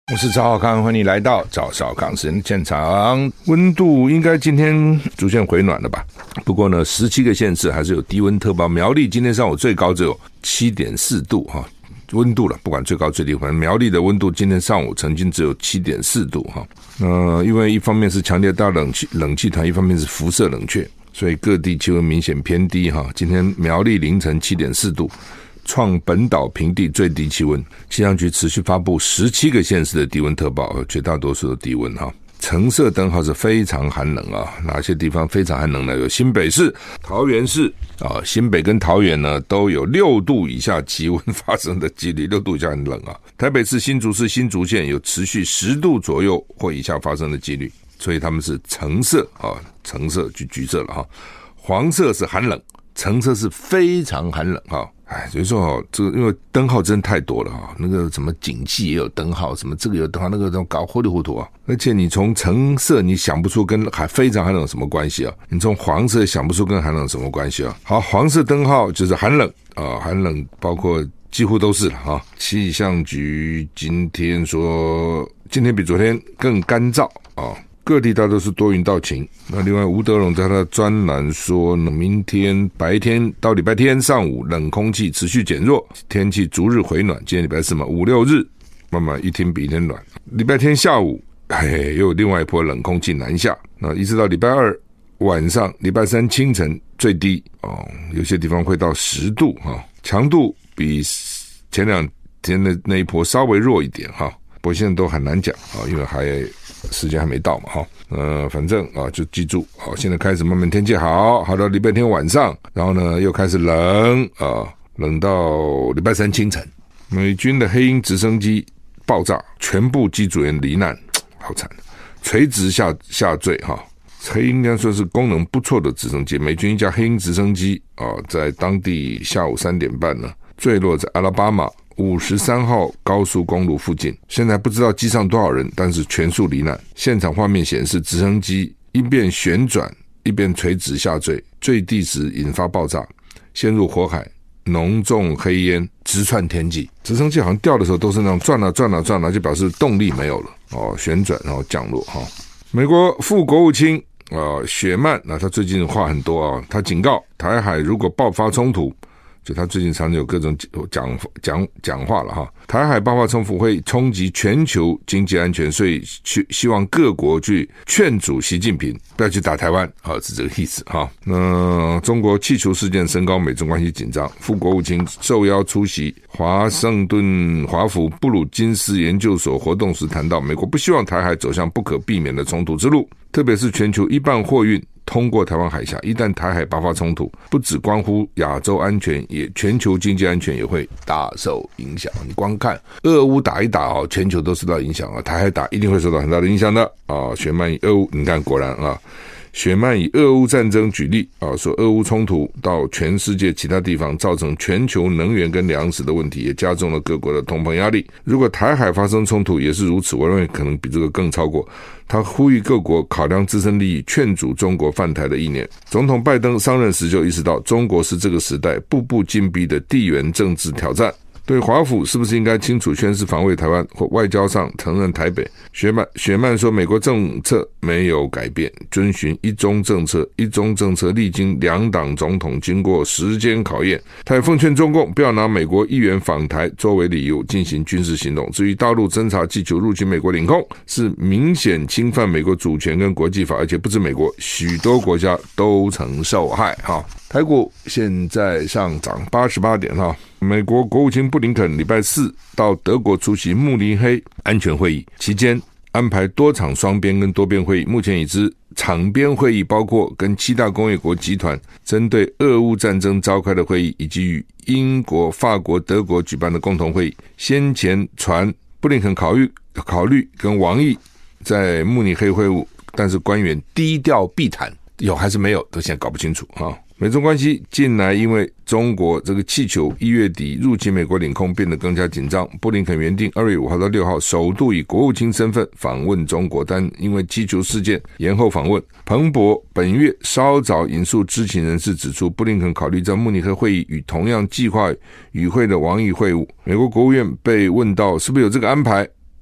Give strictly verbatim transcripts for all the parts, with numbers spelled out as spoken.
我是赵少康，欢迎你来到赵少康时间现场。温度应该今天逐渐回暖了吧？不过呢，十七个县市还是有低温特报。苗栗今天上午最高只有 七点四 度哈，温度了，不管最高最低，反正苗栗的温度今天上午曾经只有 七点四 度哈。呃，因为一方面是强烈大冷气冷气团，一方面是辐射冷却，所以各地气温明显偏低哈。今天苗栗凌晨 七点四 度。创本岛平地最低气温，气象局持续发布十七个县市的低温特报，绝大多数的低温哈。橙色灯号是非常寒冷啊，哪些地方非常寒冷呢？有新北市、桃园市啊，新北跟桃园呢都有六度以下气温发生的几率，六度以下很冷啊。台北市、新竹市、新竹县有持续十度左右或以下发生的几率，所以他们是橙色啊，橙色就橘色了哈。黄色是寒冷，橙色是非常寒冷哈。哎，所以说哦，这个因为灯号真太多了啊，那个什么景气也有灯号，什么这个有灯号，那个都搞糊里糊涂啊。而且你从橙色你想不出跟还非常寒冷有什么关系啊，你从黄色想不出跟寒冷有什么关系啊。好，黄色灯号就是寒冷啊，寒冷包括几乎都是了啊。气象局今天说，今天比昨天更干燥啊。各地大都是多云到晴。那另外吴德荣在他的专栏说，明天白天到礼拜天上午冷空气持续减弱，天气逐日回暖。今天礼拜四嘛，五六日慢慢一天比一天暖。礼拜天下午嘿又有另外一波冷空气南下，那一直到礼拜二晚上，礼拜三清晨最低哦，有些地方会到十度哈，强度比前两天的那一波稍微弱一点哈。不过现在都很难讲啊，因为还时间还没到嘛哈。呃，反正啊，就记住，好，现在开始慢慢天气好，好到礼拜天晚上，然后呢又开始冷啊，冷到礼拜三清晨。美军的黑鹰直升机爆炸，全部机组员罹难，好惨，垂直下下坠哈。黑鹰应该说是功能不错的直升机，美军一架黑鹰直升机啊，在当地下午三点半呢，坠落在阿拉巴马五十三号高速公路附近，现在不知道机上多少人，但是全数罹难。现场画面显示，直升机一边旋转一边垂直下坠，坠地时引发爆炸，陷入火海，浓重黑烟直窜天际。直升机好像掉的时候都是那种转啊转啊转啊，就表示动力没有了哦，旋转然后降落哈。美国副国务卿呃雪曼，那他最近话很多啊，他警告台海如果爆发冲突。就他最近常常有各种讲讲讲话了哈，台海爆发冲突会冲击全球经济安全，所以去希望各国去劝阻习近平不要去打台湾，好，是这个意思哈。那中国气球事件升高，美中关系紧张，副国务卿受邀出席华盛顿华府布鲁金斯研究所活动时谈到，美国不希望台海走向不可避免的冲突之路，特别是全球一半货运通过台湾海峡，一旦台海爆发冲突，不只关乎亚洲安全，也全球经济安全也会大受影响。你光看俄乌打一打哦，全球都受到影响啊，台海打一定会受到很大的影响的啊。雪曼以俄乌，你看果然啊，雪曼以俄乌战争举例啊，说俄乌冲突到全世界其他地方，造成全球能源跟粮食的问题，也加重了各国的通膨压力。如果台海发生冲突也是如此，我认为可能比这个更超过。他呼吁各国考量自身利益，劝阻中国犯台的意念。总统拜登上任时就意识到，中国是这个时代步步紧逼的地缘政治挑战。对华府是不是应该清楚宣示防卫台湾，或外交上承认台北？雪曼雪曼说，美国政策没有改变，遵循一中政策，一中政策历经两党总统经过时间考验。他也奉劝中共不要拿美国议员访台作为理由进行军事行动。至于大陆侦察气球入侵美国领空，是明显侵犯美国主权跟国际法，而且不止美国，许多国家都曾受害哈。台股现在上涨八十八点哈。美国国务卿布林肯礼拜四到德国出席慕尼黑安全会议，期间安排多场双边跟多边会议。目前已知场边会议包括跟七大工业国集团针对俄乌战争召开的会议，以及与英国、法国、德国举办的共同会议。先前传布林肯考虑考虑跟王毅在慕尼黑会晤，但是官员低调避谈，有还是没有都现在搞不清楚啊。美中关系近来因为中国这个气球一月底入侵美国领空变得更加紧张，布林肯原定二月五号到六号首度以国务卿身份访问中国，但因为气球事件延后访问。彭博本月稍早引述知情人士指出，布林肯考虑在慕尼黑会议与同样计划与会的王毅会晤。美国国务院被问到是不是有这个安排，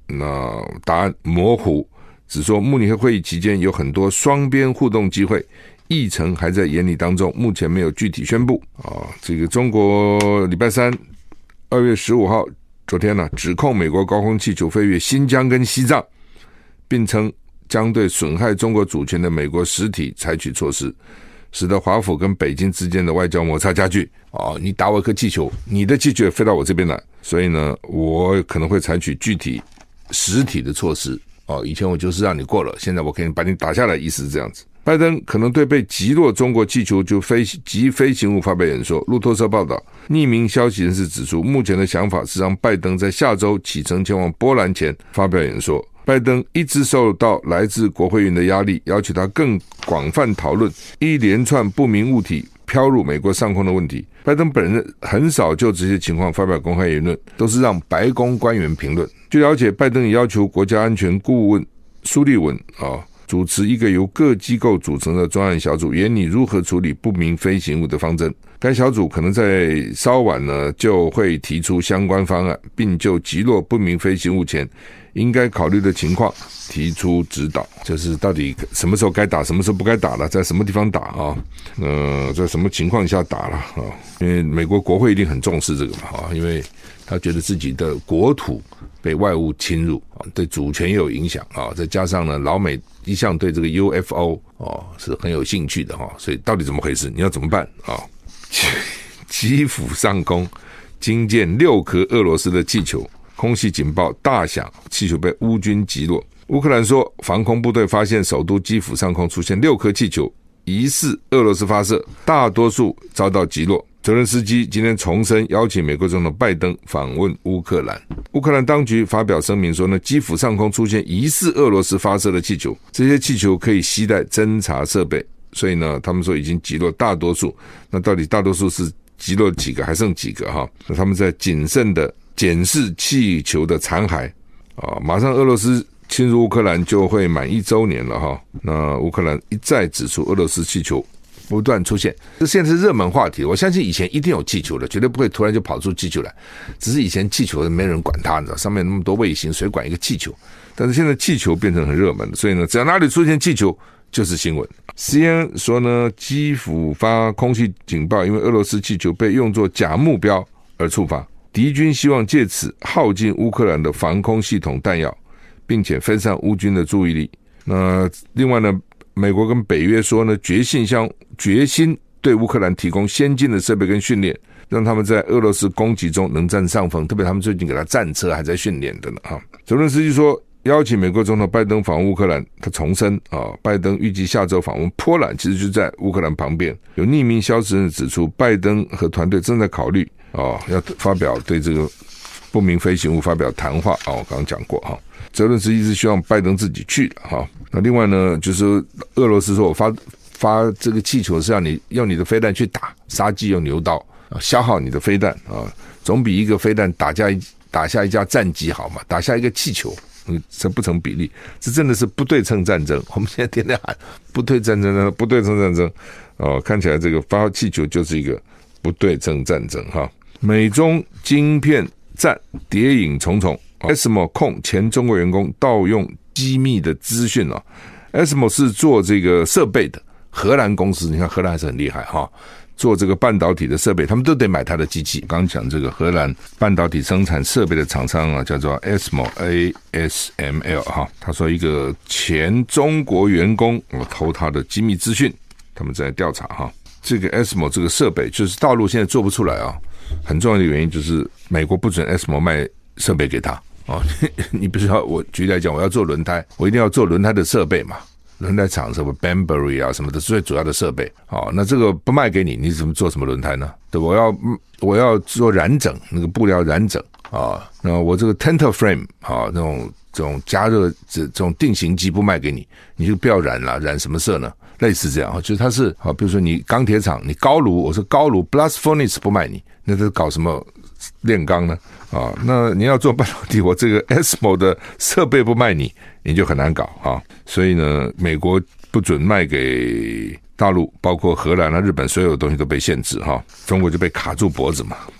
那答案模糊，只说慕尼黑会议期间有很多双边互动机会，议程还在研拟当中，目前没有具体宣布啊。这个中国礼拜三二月十五号昨天呢、啊，指控美国高空气球飞越新疆跟西藏，并称将对损害中国主权的美国实体采取措施，使得华府跟北京之间的外交摩擦加剧。哦，你打我一颗气球，你的气球也飞到我这边来，所以呢，我可能会采取具体实体的措施。哦，以前我就是让你过了，现在我可以把你打下来，意思是这样子。拜登可能对被击落中国气球就飞及飞行物发表演说。路透社报道，匿名消息人士指出，目前的想法是让拜登在下周启程前往波兰前发表演说。拜登一直受到来自国会议员的压力，要求他更广泛讨论一连串不明物体飘入美国上空的问题。拜登本人很少就这些情况发表公开言论，都是让白宫官员评论。据了解，拜登也要求国家安全顾问苏利文啊主持一个由各机构组成的专案小组，研拟如何处理不明飞行物的方针。该小组可能在稍晚呢就会提出相关方案，并就击落不明飞行物前应该考虑的情况提出指导，就是到底什么时候该打，什么时候不该打了，在什么地方打啊？呃，在什么情况下打了啊？因为美国国会一定很重视这个嘛啊，因为他觉得自己的国土被外物侵入啊，对主权也有影响啊。再加上呢，老美一向对这个 U F O 哦是很有兴趣的哈，所以到底怎么回事？你要怎么办啊？基辅上空惊见六颗俄罗斯的气球。空袭警报大响，气球被乌军击落。乌克兰说，防空部队发现首都基辅上空出现六颗气球，疑似俄罗斯发射，大多数遭到击落。泽伦斯基今天重申邀请美国总统拜登访问乌克兰。乌克兰当局发表声明说呢，基辅上空出现疑似俄罗斯发射的气球，这些气球可以携带侦察设备，所以呢，他们说已经击落大多数。那到底大多数是击落几个，还剩几个哈？那他们在谨慎的检视气球的残骸啊，马上俄罗斯侵入乌克兰就会满一周年了哈。那乌克兰一再指出俄罗斯气球不断出现，这现在是热门话题。我相信以前一定有气球的，绝对不会突然就跑出气球来。只是以前气球没人管它，你知道，上面那么多卫星，谁管一个气球？但是现在气球变成很热门，所以呢，只要哪里出现气球就是新闻。C N N 说呢，基辅发空气警报，因为俄罗斯气球被用作假目标而触发。敌军希望借此耗尽乌克兰的防空系统弹药，并且分散乌军的注意力。那另外呢，美国跟北约说呢，决心向决心对乌克兰提供先进的设备跟训练，让他们在俄罗斯攻击中能占上风。特别他们最近给他战车还在训练的呢啊。泽伦斯基说，邀请美国总统拜登访问乌克兰，他重申啊，拜登预计下周访问波兰，其实就在乌克兰旁边。有匿名消息人指出，拜登和团队正在考虑哦，要发表对这个不明飞行物发表谈话啊，我刚刚讲过哈。泽伦斯基是希望拜登自己去的哈。那另外呢，就是俄罗斯说我发发这个气球是让你用你的飞弹去打，杀鸡用牛刀啊，消耗你的飞弹啊，总比一个飞弹打下打下一架战机好嘛，打下一个气球。嗯，这不成比例，这真的是不对称战争。我们现在天天喊不对称战争，不对称战争，哦，看起来这个发气球就是一个不对称战争哈。美中晶片战谍影重重 ，A S M O 控前中国员工盗用机密的资讯啊。A S M O 是做这个设备的荷兰公司，你看荷兰还是很厉害哈。做这个半导体的设备，他们都得买它的机器。刚刚讲这个荷兰半导体生产设备的厂商啊，叫做 A S M O A S M L 哈。他说一个前中国员工我偷他的机密资讯，他们在调查哈。这个 A S M O 这个设备就是大陆现在做不出来啊，很重要的原因就是美国不准 A S M O 卖设备给他哦。你不是要我举例来讲，我要做轮胎，我一定要做轮胎的设备嘛。轮胎厂什么 Banbury 啊什么的最主要的设备，好，那这个不卖给你，你怎么做什么轮胎呢？对，我要我要做染整，那个布料染整啊，那我这个 Tenter Frame 啊，那种这种加热这这种定型机不卖给你，你就不要染了，染什么色呢？类似这样，就是它是好，比如说你钢铁厂，你高炉，我说高炉 Blast Furnace 不卖你，那是搞什么炼钢呢？啊，那你要做半导体，我这个 A S M O 的设备不卖你，你就很难搞啊。所以呢，美国不准卖给大陆，包括荷兰啊、日本，所有的东西都被限制哈。中国就被卡住脖子嘛，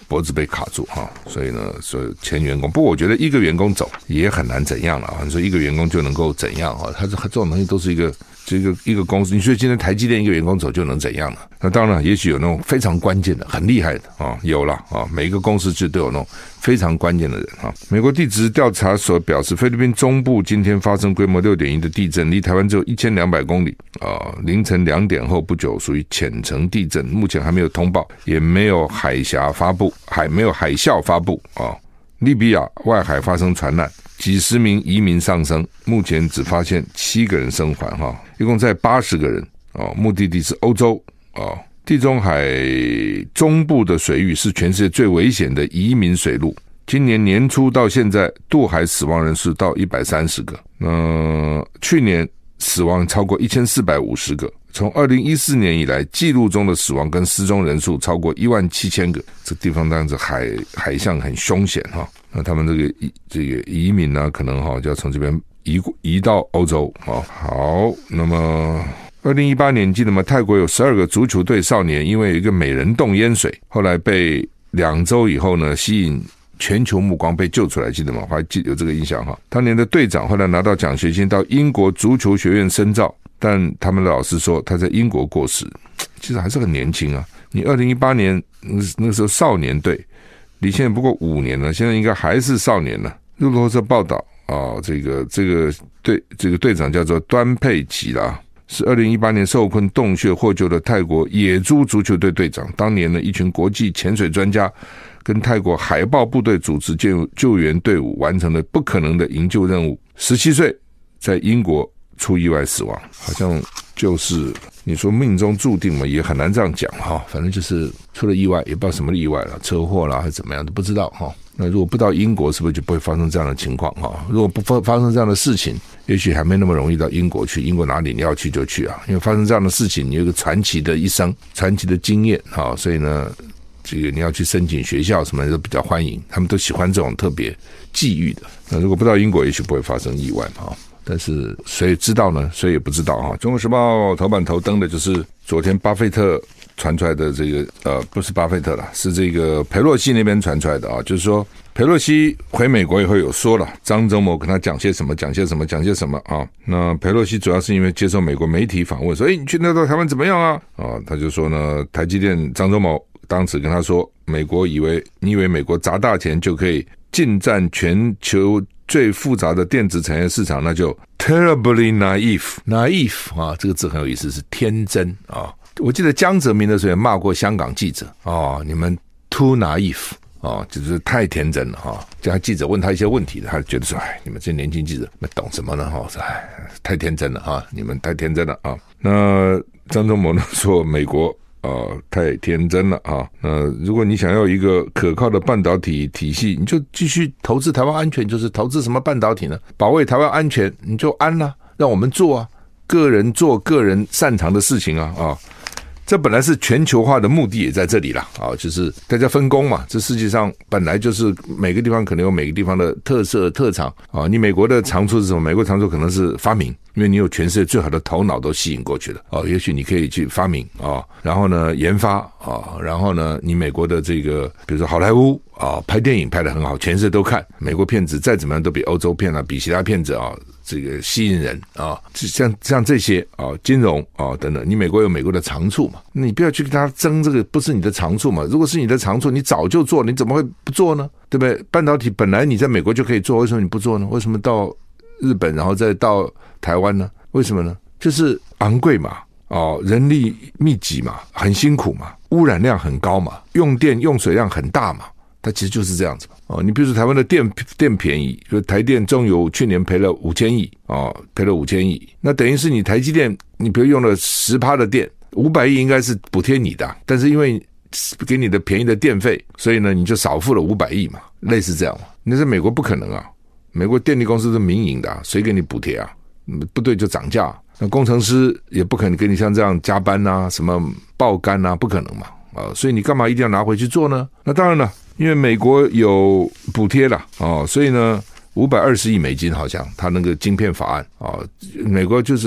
脖子被卡住哈，所以呢，所以前员工，不过我觉得一个员工走也很难怎样了啊。你说一个员工就能够怎样啊？他这这种东西都是一个这个一个公司，你说今天台积电一个员工走就能怎样了？那当然，也许有那种非常关键的、很厉害的啊，有了啊，每一个公司就都有那种非常关键的人啊。美国地质调查所表示，菲律宾中部今天发生规模 六点一 的地震，离台湾只有一千两百公里啊。凌晨两点后不久，属于浅层地震，目前还没有通报，也没有海峡发布，还没有海啸发布啊。利比亚外海发生船难，几十名移民上升，目前只发现七个人生还哈，一共在八十个人哦，目的地是欧洲哦。地中海中部的水域是全世界最危险的移民水路，今年年初到现在渡海死亡人数到一百三十个，呃，去年死亡超过一千四百五十个，从二零一四年以来记录中的死亡跟失踪人数超过一万七千个，这个地方当然是海海象很凶险哈，那他们这个这个移民呢，可能哈就要从这边移移到欧洲啊。好，那么二零一八年记得吗？泰国有十二个足球队少年因为有一个美人洞淹水，后来被两周以后呢吸引全球目光被救出来，记得吗？我还记得有这个印象哈。当年的队长后来拿到奖学金到英国足球学院深造，但他们的老师说他在英国过世，其实还是很年轻啊。你二零一八年那个时候少年队，离现在不过五年了，现在应该还是少年了。路透社报道啊，这个这个队这个队长叫做端佩吉啦，是二零一八年受困洞穴获救的泰国野猪足球队队长。当年呢，一群国际潜水专家跟泰国海豹部队组织救救援队伍，完成了不可能的营救任务。十七岁在英国出意外死亡，好像就是你说命中注定嘛，也很难这样讲哈。反正就是出了意外，也不知道什么意外了，车祸啦还是怎么样都不知道哈。那如果不到英国，是不是就不会发生这样的情况哈？如果不发生这样的事情，也许还没那么容易到英国去。英国哪里你要去就去啊，因为发生这样的事情，你有一个传奇的一生、传奇的经验哈，所以呢，这个你要去申请学校什么的都比较欢迎，他们都喜欢这种特别际遇的。那如果不到英国，也许不会发生意外嘛。但是谁知道呢？谁也不知道哈。中国时报头版头登的就是昨天巴菲特传出来的这个呃，不是巴菲特啦，是这个裴洛西那边传出来的啊，就是说裴洛西回美国以后有说了，张忠谋跟他讲些什么，讲些什么，讲些什么啊。那裴洛西主要是因为接受美国媒体访问，说，哎，你去那到台湾怎么样啊？啊，他就说呢，台积电张忠谋当时跟他说，美国以为你以为美国砸大钱就可以进占全球最复杂的电子产业市场，那就 terribly naive naive 啊，这个字很有意思，是天真啊。我记得江泽民的时候也骂过香港记者哦，你们 too naive 哦，就是太天真了哈、哦。这样记者问他一些问题，他觉得说，哎，你们这年轻记者那懂什么呢？哈、哦，哎，太天真了哈、哦，你们太天真了啊。那张忠谋呢说美国呃太天真了啊。那如果你想要一个可靠的半导体体系，你就继续投资台湾安全，就是投资什么半导体呢？保卫台湾安全，你就安啦、啊，让我们做啊，个人做个人擅长的事情啊啊。这本来是全球化的目的也在这里啦，啊，就是大家分工嘛。这世界上本来就是每个地方可能有每个地方的特色特长啊。你美国的长处是什么？美国长处可能是发明，因为你有全世界最好的头脑都吸引过去了哦。也许你可以去发明啊，然后呢研发啊，然后呢你美国的这个比如说好莱坞啊，拍电影拍得很好，全世界都看。美国片子再怎么样都比欧洲片啊，比其他片子啊这个吸引人啊，像像这些啊，金融啊等等，你美国有美国的长处嘛，你不要去跟他争这个不是你的长处嘛。如果是你的长处，你早就做，你怎么会不做呢？对不对？半导体本来你在美国就可以做，为什么你不做呢？为什么到日本然后再到台湾呢？为什么呢？就是昂贵嘛，哦，人力密集嘛，很辛苦嘛，污染量很高嘛，用电用水量很大嘛。它其实就是这样子哦。你比如说台湾的电电便宜，就台电中油去年赔了五千亿哦，赔了五千亿，那等于是你台积电，你比如用了 百分之十 的电，五百亿应该是补贴你的，但是因为给你的便宜的电费，所以呢你就少付了五百亿嘛，类似这样嘛。那在美国不可能啊，美国电力公司是民营的、啊，谁给你补贴啊？不对就涨价，那工程师也不可能给你像这样加班啊，什么爆肝啊，不可能嘛啊，所以你干嘛一定要拿回去做呢？那当然了。因为美国有补贴了哦，所以呢，五百二十亿美金好像他那个晶片法案啊、哦，美国就是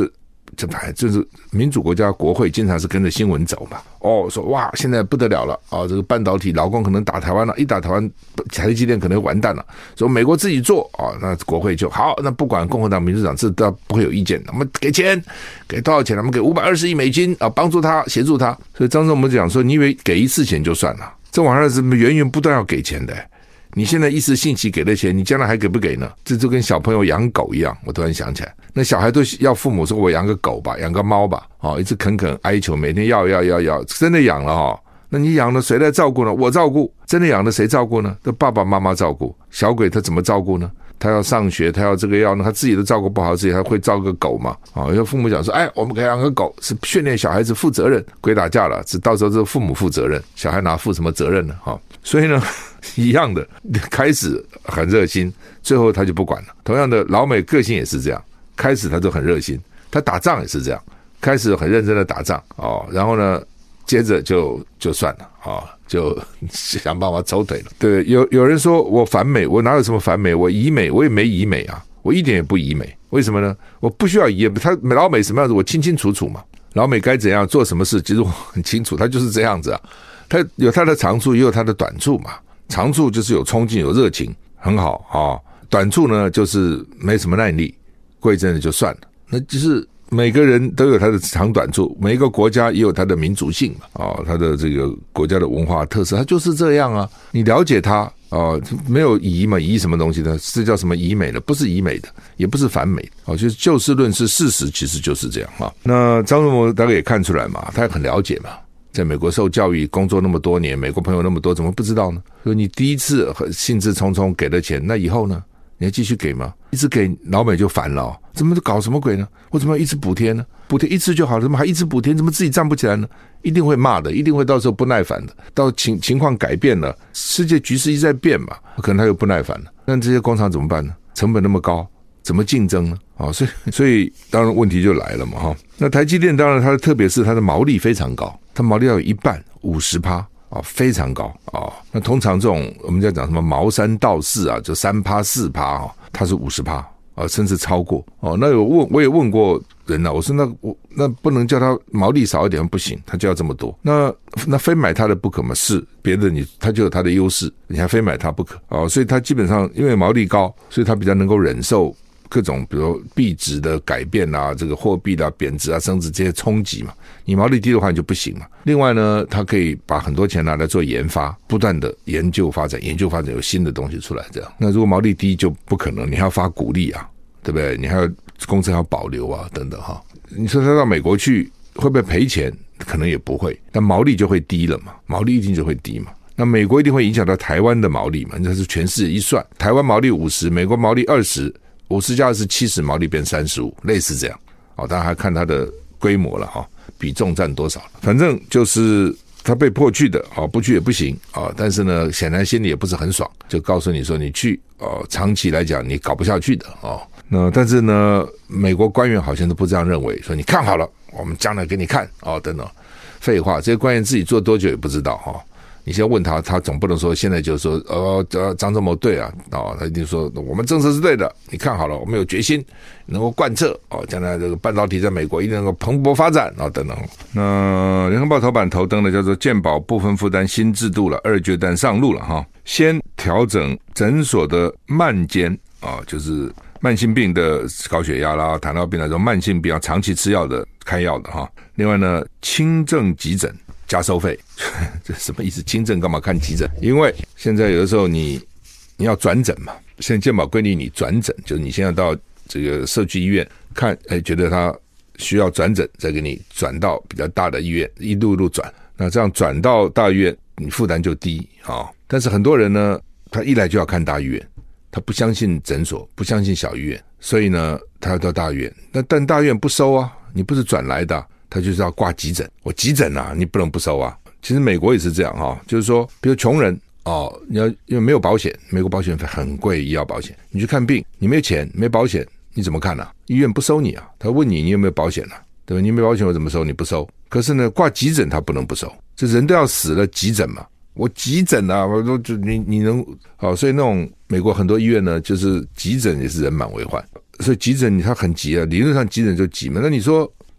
这就是民主国家国会经常是跟着新闻走嘛。哦，说哇，现在不得了了啊！这个半导体老公可能打台湾了，一打台湾，台积电可能完蛋了。说美国自己做啊，那国会就好，那不管共和党、民主党，这都不会有意见。我们给钱，给多少钱？我们给五百二十亿美金啊，帮助他，协助他。所以张忠谋讲说，你以为给一次钱就算了？这玩意儿是源源不断要给钱的。你现在一时兴起给了钱，你将来还给不给呢？这就跟小朋友养狗一样。我突然想起来，那小孩都要父母说我养个狗吧，养个猫吧，哦，一直恳恳哀求，每天要要要要，真的养了哦，那你养了谁来照顾呢？我照顾。真的养了谁照顾呢？都爸爸妈妈照顾。小鬼他怎么照顾呢？他要上学，他要这个要呢，他自己都照顾不好，自己还会照顾个狗嘛？啊、哦，有父母讲说，哎，我们给养个狗，是训练小孩子负责任。鬼打架了，到时候是父母负责任，小孩哪负什么责任呢？哈、哦，所以呢，一样的，开始很热心，最后他就不管了。同样的，老美个性也是这样，开始他都很热心，他打仗也是这样，开始很认真的打仗哦，然后呢，接着就就算了啊。哦，就想办法抽腿了。对，有有人说我反美，我哪有什么反美？我移美，我也没移美啊，我一点也不移美。为什么呢？我不需要移，他老美什么样子，我清清楚楚嘛。老美该怎样做什么事，其实我很清楚，他就是这样子啊。他有他的长处，也有他的短处嘛。长处就是有冲劲，有热情，很好啊。短处呢，就是没什么耐力，过一阵子就算了。那就是每个人都有他的长短处，每一个国家也有他的民族性嘛，哦，他的这个国家的文化特色，他就是这样啊。你了解他哦，没有夷嘛，夷什么东西呢？这叫什么夷美的？不是夷美的，也不是反美哦，就是就事论事，事实其实就是这样啊。那张忠谋大概也看出来嘛，他也很了解嘛，在美国受教育，工作那么多年，美国朋友那么多，怎么不知道呢？所以你第一次兴致冲冲给了钱，那以后呢？你还继续给吗？一直给老美就烦了、哦，怎么搞什么鬼呢？为什么要一直补贴呢？补贴一次就好了，怎么还一直补贴？怎么自己站不起来呢？一定会骂的，一定会到时候不耐烦的。到情情况改变了，世界局势一直在变嘛，可能他又不耐烦了。那这些工厂怎么办呢？成本那么高，怎么竞争呢？啊、哦，所以所以当然问题就来了嘛，哈。那台积电当然它的特别是它的毛利非常高，它毛利要有一半五十趴。啊，非常高啊、哦！那通常这种我们在讲什么毛三到四啊，就三趴四趴啊，它是五十趴啊，甚至超过哦。那有问我也问过人啊，我说那我那不能叫它毛利少一点不行，它就要这么多。那那非买它的不可嘛？是别的你它就有它的优势，你还非买它不可哦。所以它基本上因为毛利高，所以它比较能够忍受各种比如币值的改变啊，这个货币的、啊、贬值啊、升值这些冲击嘛。你毛利低的话你就不行嘛。另外呢，它可以把很多钱拿来做研发，不断的研究发展，研究发展有新的东西出来这样。那如果毛利低就不可能，你还要发股利啊，对不对？你还要公司还要保留啊，等等哈。你说他到美国去会不会赔钱？可能也不会，但毛利就会低了嘛，毛利一定就会低嘛。那美国一定会影响到台湾的毛利嘛？这是全世界一算，台湾毛利五十，美国毛利二十。五十加二十七十，毛利变三十五，类似这样。哦，当然还看它的规模了哈、哦，比重占多少。反正就是他被迫去的，哦，不去也不行啊、哦。但是呢，显然心里也不是很爽，就告诉你说你去哦，长期来讲你搞不下去的哦。那但是呢，美国官员好像都不这样认为，说你看好了，我们将来给你看哦，等等。废话，这些官员自己做多久也不知道哈、哦。你先问他，他总不能说现在就说呃张忠谋对啊，哦，他一定说我们政策是对的，你看好了，我们有决心能够贯彻哦，将来这个半导体在美国一定能够蓬勃发展哦等等。那联合报头版头登的叫做健保部分负担新制度了，二阶段上路了哈，先调整诊所的慢监啊、哦，就是慢性病的高血压啦、糖尿病那种慢性病要长期吃药的开药的哈。另外呢，轻症急诊加收费，这什么意思？轻症干嘛看急诊？因为现在有的时候你你要转诊嘛，现在健保规定你转诊，就是你现在到这个社区医院看，哎，觉得他需要转诊，再给你转到比较大的医院，一路一路转。那这样转到大医院，你负担就低啊、哦。但是很多人呢，他一来就要看大医院，他不相信诊所，不相信小医院，所以呢，他要到大医院。那但大医院不收啊，你不是转来的、啊。他就是要挂急诊，我急诊啊，你不能不收啊。其实美国也是这样哈、哦，就是说，比如穷人哦，你要因为没有保险，美国保险费很贵，医药保险，你去看病，你没有钱，没保险，你怎么看啊？医院不收你啊，他问你你有没有保险啊，对吧？你没保险我怎么收？你不收。可是呢，挂急诊他不能不收，这人都要死了，急诊嘛，我急诊啊，我都就你你能哦，所以那种美国很多医院呢，就是急诊也是人满为患，所以急诊他很急啊，理论上急诊就急嘛。那你说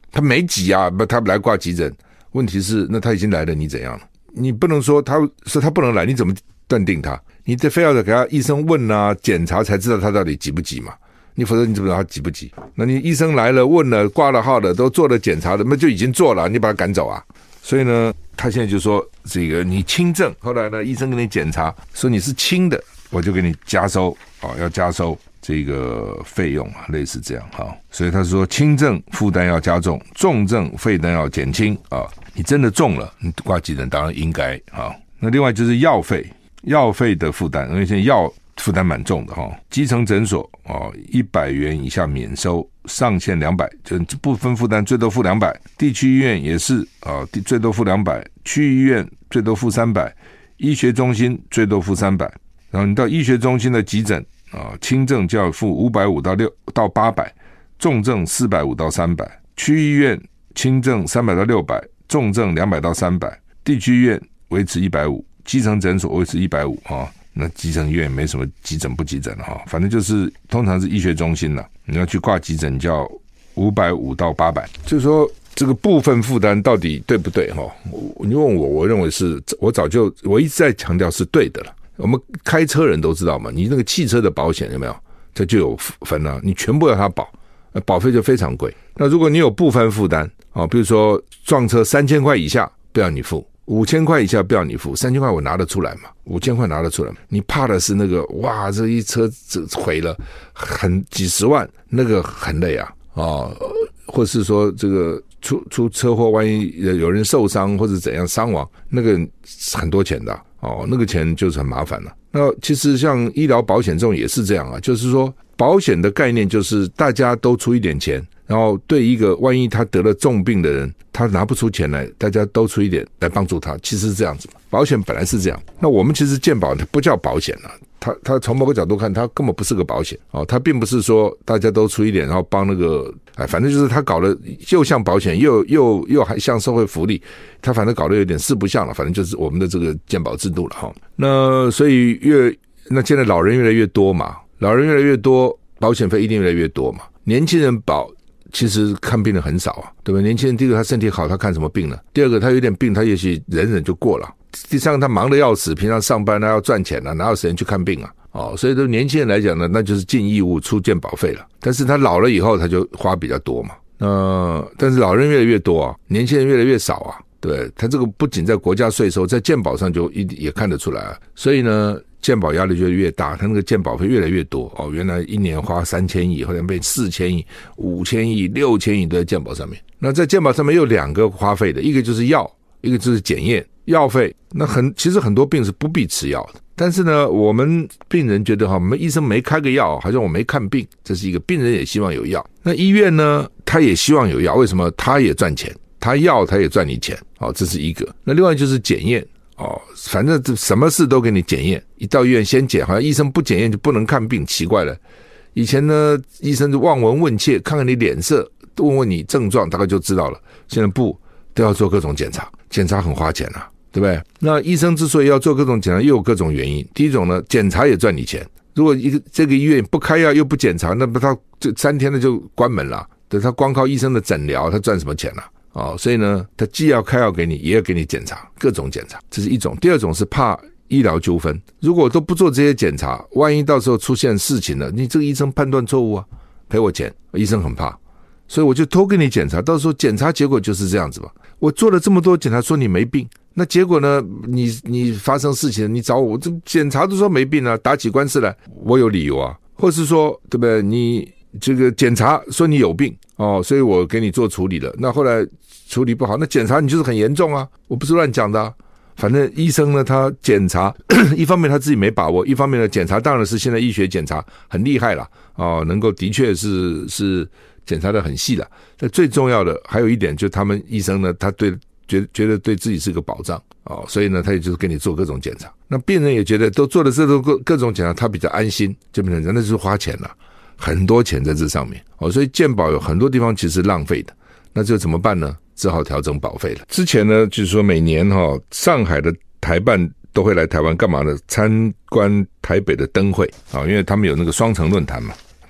他没挤啊，不，他来挂急诊。问题是，那他已经来了，你怎样了？你不能说他说他不能来，你怎么断定他？你得非要给他医生问啊，检查才知道他到底急不急嘛。你否则你怎么知道他急不急？那你医生来了，问了，挂了号的，都做了检查的，那就已经做了，你把他赶走啊。所以呢，他现在就说这个你轻症，后来呢，医生给你检查说你是轻的，我就给你加收哦，要加收这个费用啊，类似这样哈。所以他说轻症负担要加重，重症负担要减轻啊。你真的重了，你挂急诊当然应该啊。那另外就是药费，药费的负担，因为现在药负担蛮重的哈。基层诊所哦，一百元以下免收，上限两百，就部分负担最多付两百。地区医院也是啊，最多付两百，区医院最多付三百，医学中心最多付三百。然后你到医学中心的急诊啊，轻症就要付五百五到六到八百，重症四百五到三百。区医院轻症三百到六百，重症两百到三百。地区医院维持一百五，基层诊所维持一百五啊。那基层医院也没什么急诊不急诊的哈，反正就是通常是医学中心了，你要去挂急诊叫五百五到八百，就是说这个部分负担到底对不对哈？你问我，我认为是我早就我一直在强调是对的了。我们开车人都知道嘛，你那个汽车的保险有没有？这就有分啊，你全部要他保，保费就非常贵。那如果你有部分负担啊，比如说撞车三千块以下不要你付。五千块以下不要你付，三千块我拿得出来嘛？五千块拿得出来，你怕的是那个哇，这一车这毁了，很几十万，那个很累啊啊、哦！或是说这个出出车祸，万一有人受伤或者怎样伤亡，那个很多钱的哦，那个钱就是很麻烦了。那其实像医疗保险这种也是这样啊，就是说保险的概念就是大家都出一点钱。然后对一个万一他得了重病的人，他拿不出钱来，大家都出一点来帮助他，其实是这样子嘛。保险本来是这样，那我们其实健保它不叫保险啊，它它从某个角度看，它根本不是个保险哦，它并不是说大家都出一点，然后帮那个，哎，反正就是他搞得又像保险，又又又还像社会福利，他反正搞得有点四不像了，反正就是我们的这个健保制度了哈。那所以越那现在老人越来越多嘛，老人越来越多，保险费一定越来越多嘛，年轻人保。其实看病的很少啊，对吧？年轻人第一个他身体好，他看什么病呢？第二个他有点病，他也许忍忍就过了。第三个他忙得要死，平常上班他要赚钱啊，哪有时间去看病啊？哦，所以对年轻人来讲呢，那就是尽义务出健保费了。但是他老了以后，他就花比较多嘛。呃，但是老人越来越多啊，年轻人越来越少啊。对，他这个不仅在国家税收，在健保上就一也看得出来啊。所以呢，健保压力就越大，他那个健保费越来越多哦。原来一年花三千亿，后来变四千亿、五千亿、六千亿都在健保上面。那在健保上面有两个花费的，一个就是药，一个就是检验药费。那很其实很多病是不必吃药的，但是呢，我们病人觉得哈，我们医生没开个药，好像我没看病，这是一个病人也希望有药。那医院呢，他也希望有药，为什么？他也赚钱，他药他也赚你钱，哦，这是一个。那另外就是检验。哦，反正什么事都给你检验，一到医院先检，好像医生不检验就不能看病，奇怪了。以前呢，医生就望闻问切，看看你脸色，问问你症状，大概就知道了。现在不，都要做各种检查，检查很花钱啊，对不对？那医生之所以要做各种检查，又有各种原因。第一种呢，检查也赚你钱。如果一个这个医院不开药又不检查，那不他就三天的就关门了。对，他光靠医生的诊疗，他赚什么钱啊？哦，所以呢，他既要开药给你，也要给你检查，各种检查，这是一种。第二种是怕医疗纠纷，如果都不做这些检查，万一到时候出现事情了，你这个医生判断错误啊，赔我钱，医生很怕，所以我就偷给你检查，到时候检查结果就是这样子吧。我做了这么多检查，说你没病，那结果呢？你你发生事情，你找我，这检查都说没病啊，打起官司来，我有理由啊，或是说，对不对？你这个检查说你有病哦，所以我给你做处理了。那后来处理不好，那检查你就是很严重啊，我不是乱讲的啊。反正医生呢，他检查一方面他自己没把握，一方面呢检查当然是现在医学检查很厉害了哦，能够的确是是检查的很细了。但最重要的还有一点，就是他们医生呢，他对觉觉得对自己是个保障哦，所以呢，他也就是给你做各种检查。那病人也觉得都做了这种各各种检查，他比较安心，就变成真的是花钱了。很多钱在这上面哦，所以健保有很多地方其实浪费的，那就怎么办呢？只好调整保费了。之前呢，就是说每年哈、哦，上海的台办都会来台湾干嘛呢？参观台北的灯会啊、哦，因为他们有那个双城论坛嘛，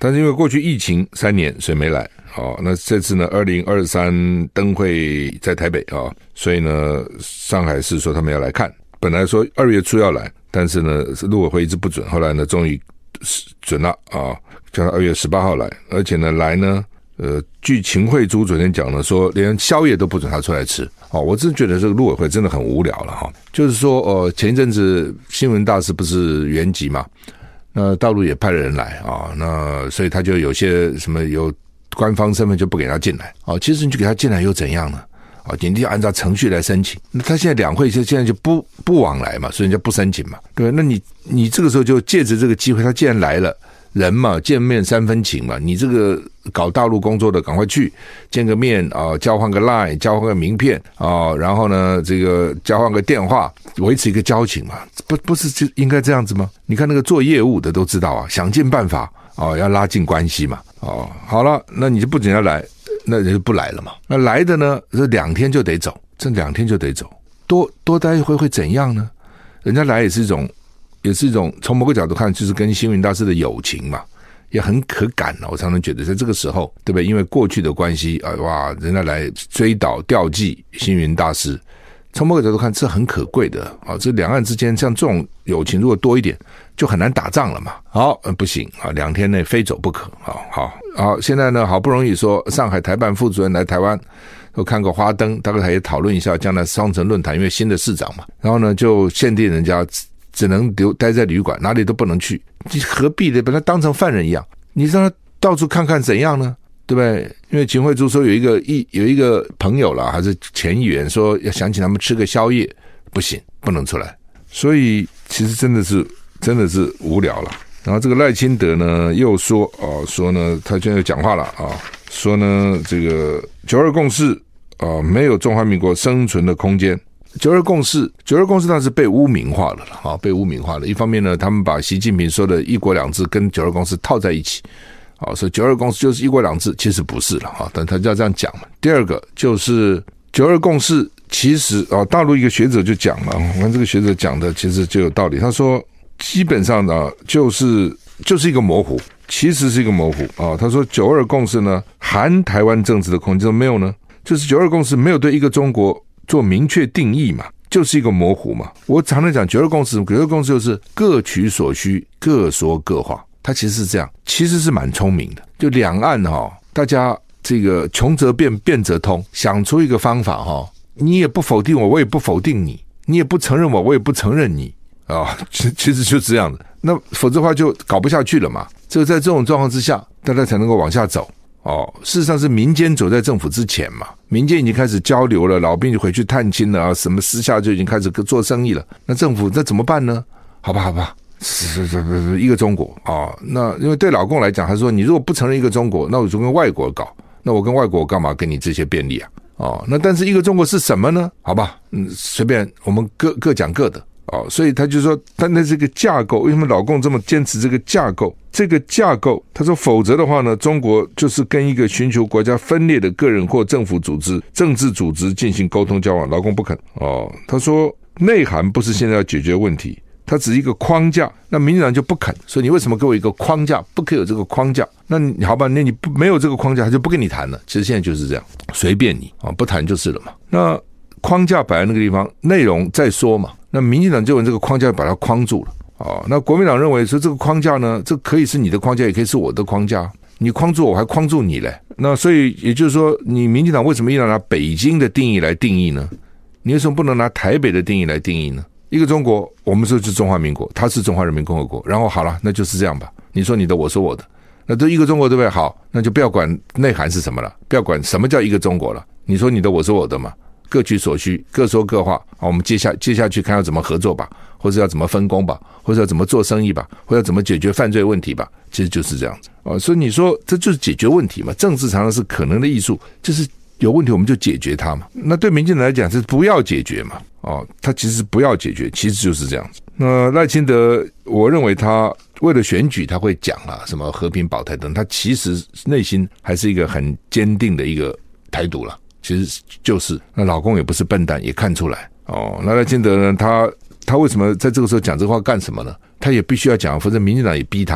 但是因为过去疫情三年，所以没来。哦，那这次呢，二零二三灯会在台北啊、哦，所以呢，上海市说他们要来看，本来说二月初要来，但是呢，陆委会一直不准，后来呢，终于准了啊，叫他二月十八号来，而且呢，来呢，呃，据秦慧珠昨天讲呢，说连宵夜都不准他出来吃。哦，我真的觉得这个陆委会真的很无聊了哈。就是说，呃，前一阵子新闻大使不是原籍嘛，那大陆也派了人来啊，那所以他就有些什么有官方身份就不给他进来。哦，其实你就给他进来又怎样呢？啊，你一定要按照程序来申请。那他现在两会就现在就不不往来嘛，所以人家不申请嘛，对吧？那你你这个时候就借着这个机会，他既然来了。人嘛，见面三分情嘛，你这个搞大陆工作的赶快去见个面啊，交换个 line， 交换个名片啊，然后呢，这个交换个电话，维持一个交情嘛，不不是就应该这样子吗？你看那个做业务的都知道啊，想尽办法啊，要拉近关系嘛，哦，好了，那你就不仅要来，那人就不来了嘛。那来的呢，这两天就得走，这两天就得走，多多待一会会怎样呢？人家来也是一种。也是一种从某个角度看，就是跟星云大师的友情嘛，也很可感了。我常常觉得，在这个时候，对不对？因为过去的关系啊，哇，人家来追悼吊祭星云大师，从某个角度看，这很可贵的啊。这两岸之间像这种友情，如果多一点，就很难打仗了嘛。好，呃、不行啊，两天内非走不可啊。好，好，现在呢，好不容易说上海台办副主任来台湾。我看个花灯，大概也讨论一下将来双城论坛，因为新的市长嘛，然后呢就限定人家。只能留待在旅馆，哪里都不能去。你何必的把他当成犯人一样？你让他到处看看怎样呢？对不对？因为秦慧珠说有一个一有一个朋友啦，还是前议员说要想请他们吃个宵夜，不行，不能出来。所以其实真的是真的是无聊了。然后这个赖清德呢又说哦，说呢他现在又讲话了啊，说呢这个九二共识啊没有中华民国生存的空间。九二共识，九二共识当然是被污名化了啊，被污名化了。一方面呢，他们把习近平说的一国两制跟九二共识套在一起，啊，所以九二共识就是一国两制，其实不是了啊，但他就要这样讲嘛。第二个就是九二共识，其实啊，大陆一个学者就讲了，我看这个学者讲的其实就有道理。他说，基本上呢，就是就是一个模糊，其实是一个模糊啊。他说九二共识呢，含台湾政治的空间没有呢，就是九二共识没有对一个中国。做明确定义嘛，就是一个模糊嘛。我常常讲九二共识，九二共识就是各取所需，各说各话。它其实是这样，其实是蛮聪明的。就两岸哈、哦，大家这个穷则变，变则通，想出一个方法哈、哦，你也不否定我，我也不否定你，你也不承认我，我也不承认你啊、哦，其实就是这样的。那否则的话就搞不下去了嘛。只有在这种状况之下，大家才能够往下走。哦，事实上是民间走在政府之前嘛，民间已经开始交流了，老兵就回去探亲了啊，什么私下就已经开始做生意了。那政府那怎么办呢？好吧，好吧，是是是一个中国啊、哦。那因为对老共来讲，他说你如果不承认一个中国，那我就跟外国搞，那我跟外国干嘛给你这些便利啊？哦，那但是一个中国是什么呢？好吧，嗯，随便我们各各讲各的。哦，所以他就说，但那这个架构，为什么老共这么坚持这个架构？这个架构，他说，否则的话呢，中国就是跟一个寻求国家分裂的个人或政府组织、政治组织进行沟通交往。老共不肯。哦，他说，内涵不是现在要解决问题，它只是一个框架。那民进党就不肯，所以你为什么给我一个框架？不可以有这个框架？那你好吧，那你不没有这个框架，他就不跟你谈了。其实现在就是这样，随便你啊、哦，不谈就是了嘛。那框架摆在那个地方，内容再说嘛。那民进党就用这个框架把它框住了哦。那国民党认为说这个框架呢，这可以是你的框架，也可以是我的框架。你框住我，我还框住你嘞。那所以也就是说，你民进党为什么一定要拿北京的定义来定义呢？你为什么不能拿台北的定义来定义呢？一个中国，我们说是中华民国，它是中华人民共和国。然后好了，那就是这样吧。你说你的，我说我的，那都一个中国对不对？好，那就不要管内涵是什么了，不要管什么叫一个中国了。你说你的，我说我的嘛。各取所需，各说各话。好，我们接下接下去看要怎么合作吧，或者要怎么分工吧，或者要怎么做生意吧，或者要怎么解决犯罪问题吧。其实就是这样子啊。所以你说这就是解决问题嘛？政治常常是可能的艺术，就是有问题我们就解决它嘛。那对民进党来讲是不要解决嘛？哦，他其实不要解决，其实就是这样子。那赖清德，我认为他为了选举，他会讲啊什么和平保台等，他其实内心还是一个很坚定的一个台独了。其实就是那老公也不是笨蛋，也看出来哦。那赖清德呢，他他为什么在这个时候讲这话干什么呢？他也必须要讲，否则民进党也逼他，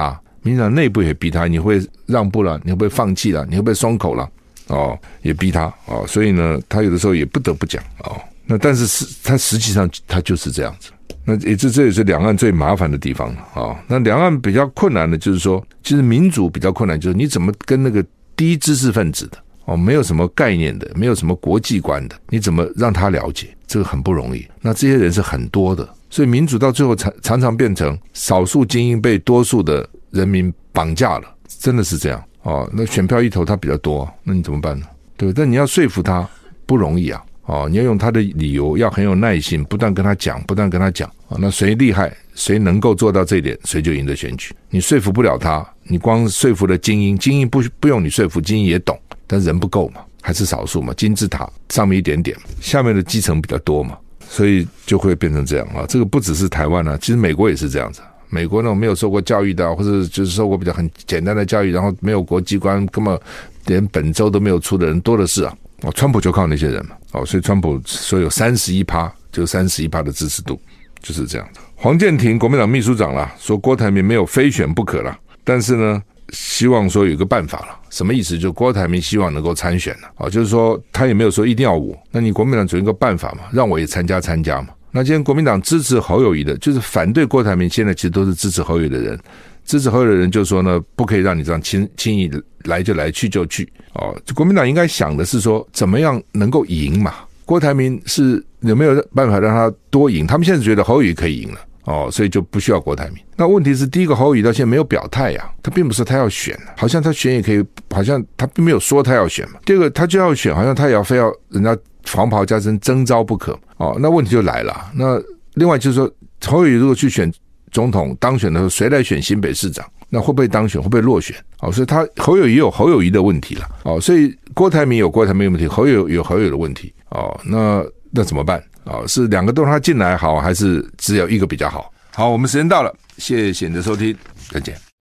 民进党内部也逼他，你会让步了，你会不会放弃了，你会不会松口了？哦，也逼他哦，所以呢，他有的时候也不得不讲哦。那但是是他实际上他就是这样子。那也这这也是两岸最麻烦的地方了啊、哦。那两岸比较困难的就是说，其实民主比较困难，就是你怎么跟那个低知识分子的哦，没有什么概念的，没有什么国际观的，你怎么让他了解？这个很不容易。那这些人是很多的，所以民主到最后常常常变成少数精英被多数的人民绑架了，真的是这样哦。那选票一投他比较多，那你怎么办呢？对，但你要说服他不容易啊。哦，你要用他的理由，要很有耐心，不断跟他讲，不断跟他讲。哦，那谁厉害，谁能够做到这一点，谁就赢得选举。你说服不了他，你光说服了精英，精英不不用你说服，精英也懂，但人不够嘛，还是少数嘛。金字塔上面一点点，下面的基层比较多嘛，所以就会变成这样啊。这个不只是台湾啊，其实美国也是这样子。美国那种没有受过教育的，或者就是受过比较很简单的教育，然后没有国际观，根本连本州都没有出的人多的是啊。哦，川普就靠那些人嘛，哦，所以川普说有三十一趴，就三十一趴的支持度，就是这样的。黄健庭国民党秘书长啦，说郭台铭没有非选不可啦，但是呢，希望说有一个办法了，什么意思？就郭台铭希望能够参选了，哦，就是说他也没有说一定要我，那你国民党总有一个办法嘛，让我也参加参加嘛。那今天国民党支持侯友宜的，就是反对郭台铭，现在其实都是支持侯友宜的人。支持侯友宜的人就说呢，不可以让你这样轻轻易来就来，去就去哦。国民党应该想的是说，怎么样能够赢嘛？郭台铭是有没有办法让他多赢？他们现在觉得侯友宜可以赢了哦，所以就不需要郭台铭。那问题是，第一个侯友宜到现在没有表态呀、啊，他并不是他要选，好像他选也可以，好像他并没有说他要选嘛。第二个，他就要选，好像他也要非要人家黄袍加身征召不可哦。那问题就来了。那另外就是说，侯友宜如果去选总统当选的时候，谁来选新北市长？那会不会当选？会不会落选？哦，所以他侯友宜有侯友宜的问题了。哦，所以郭台铭有郭台铭的问题，侯友有侯友的问题。哦，那那怎么办？哦，是两个都让他进来好，还是只有一个比较好？好，我们时间到了，谢谢你的收听，再见。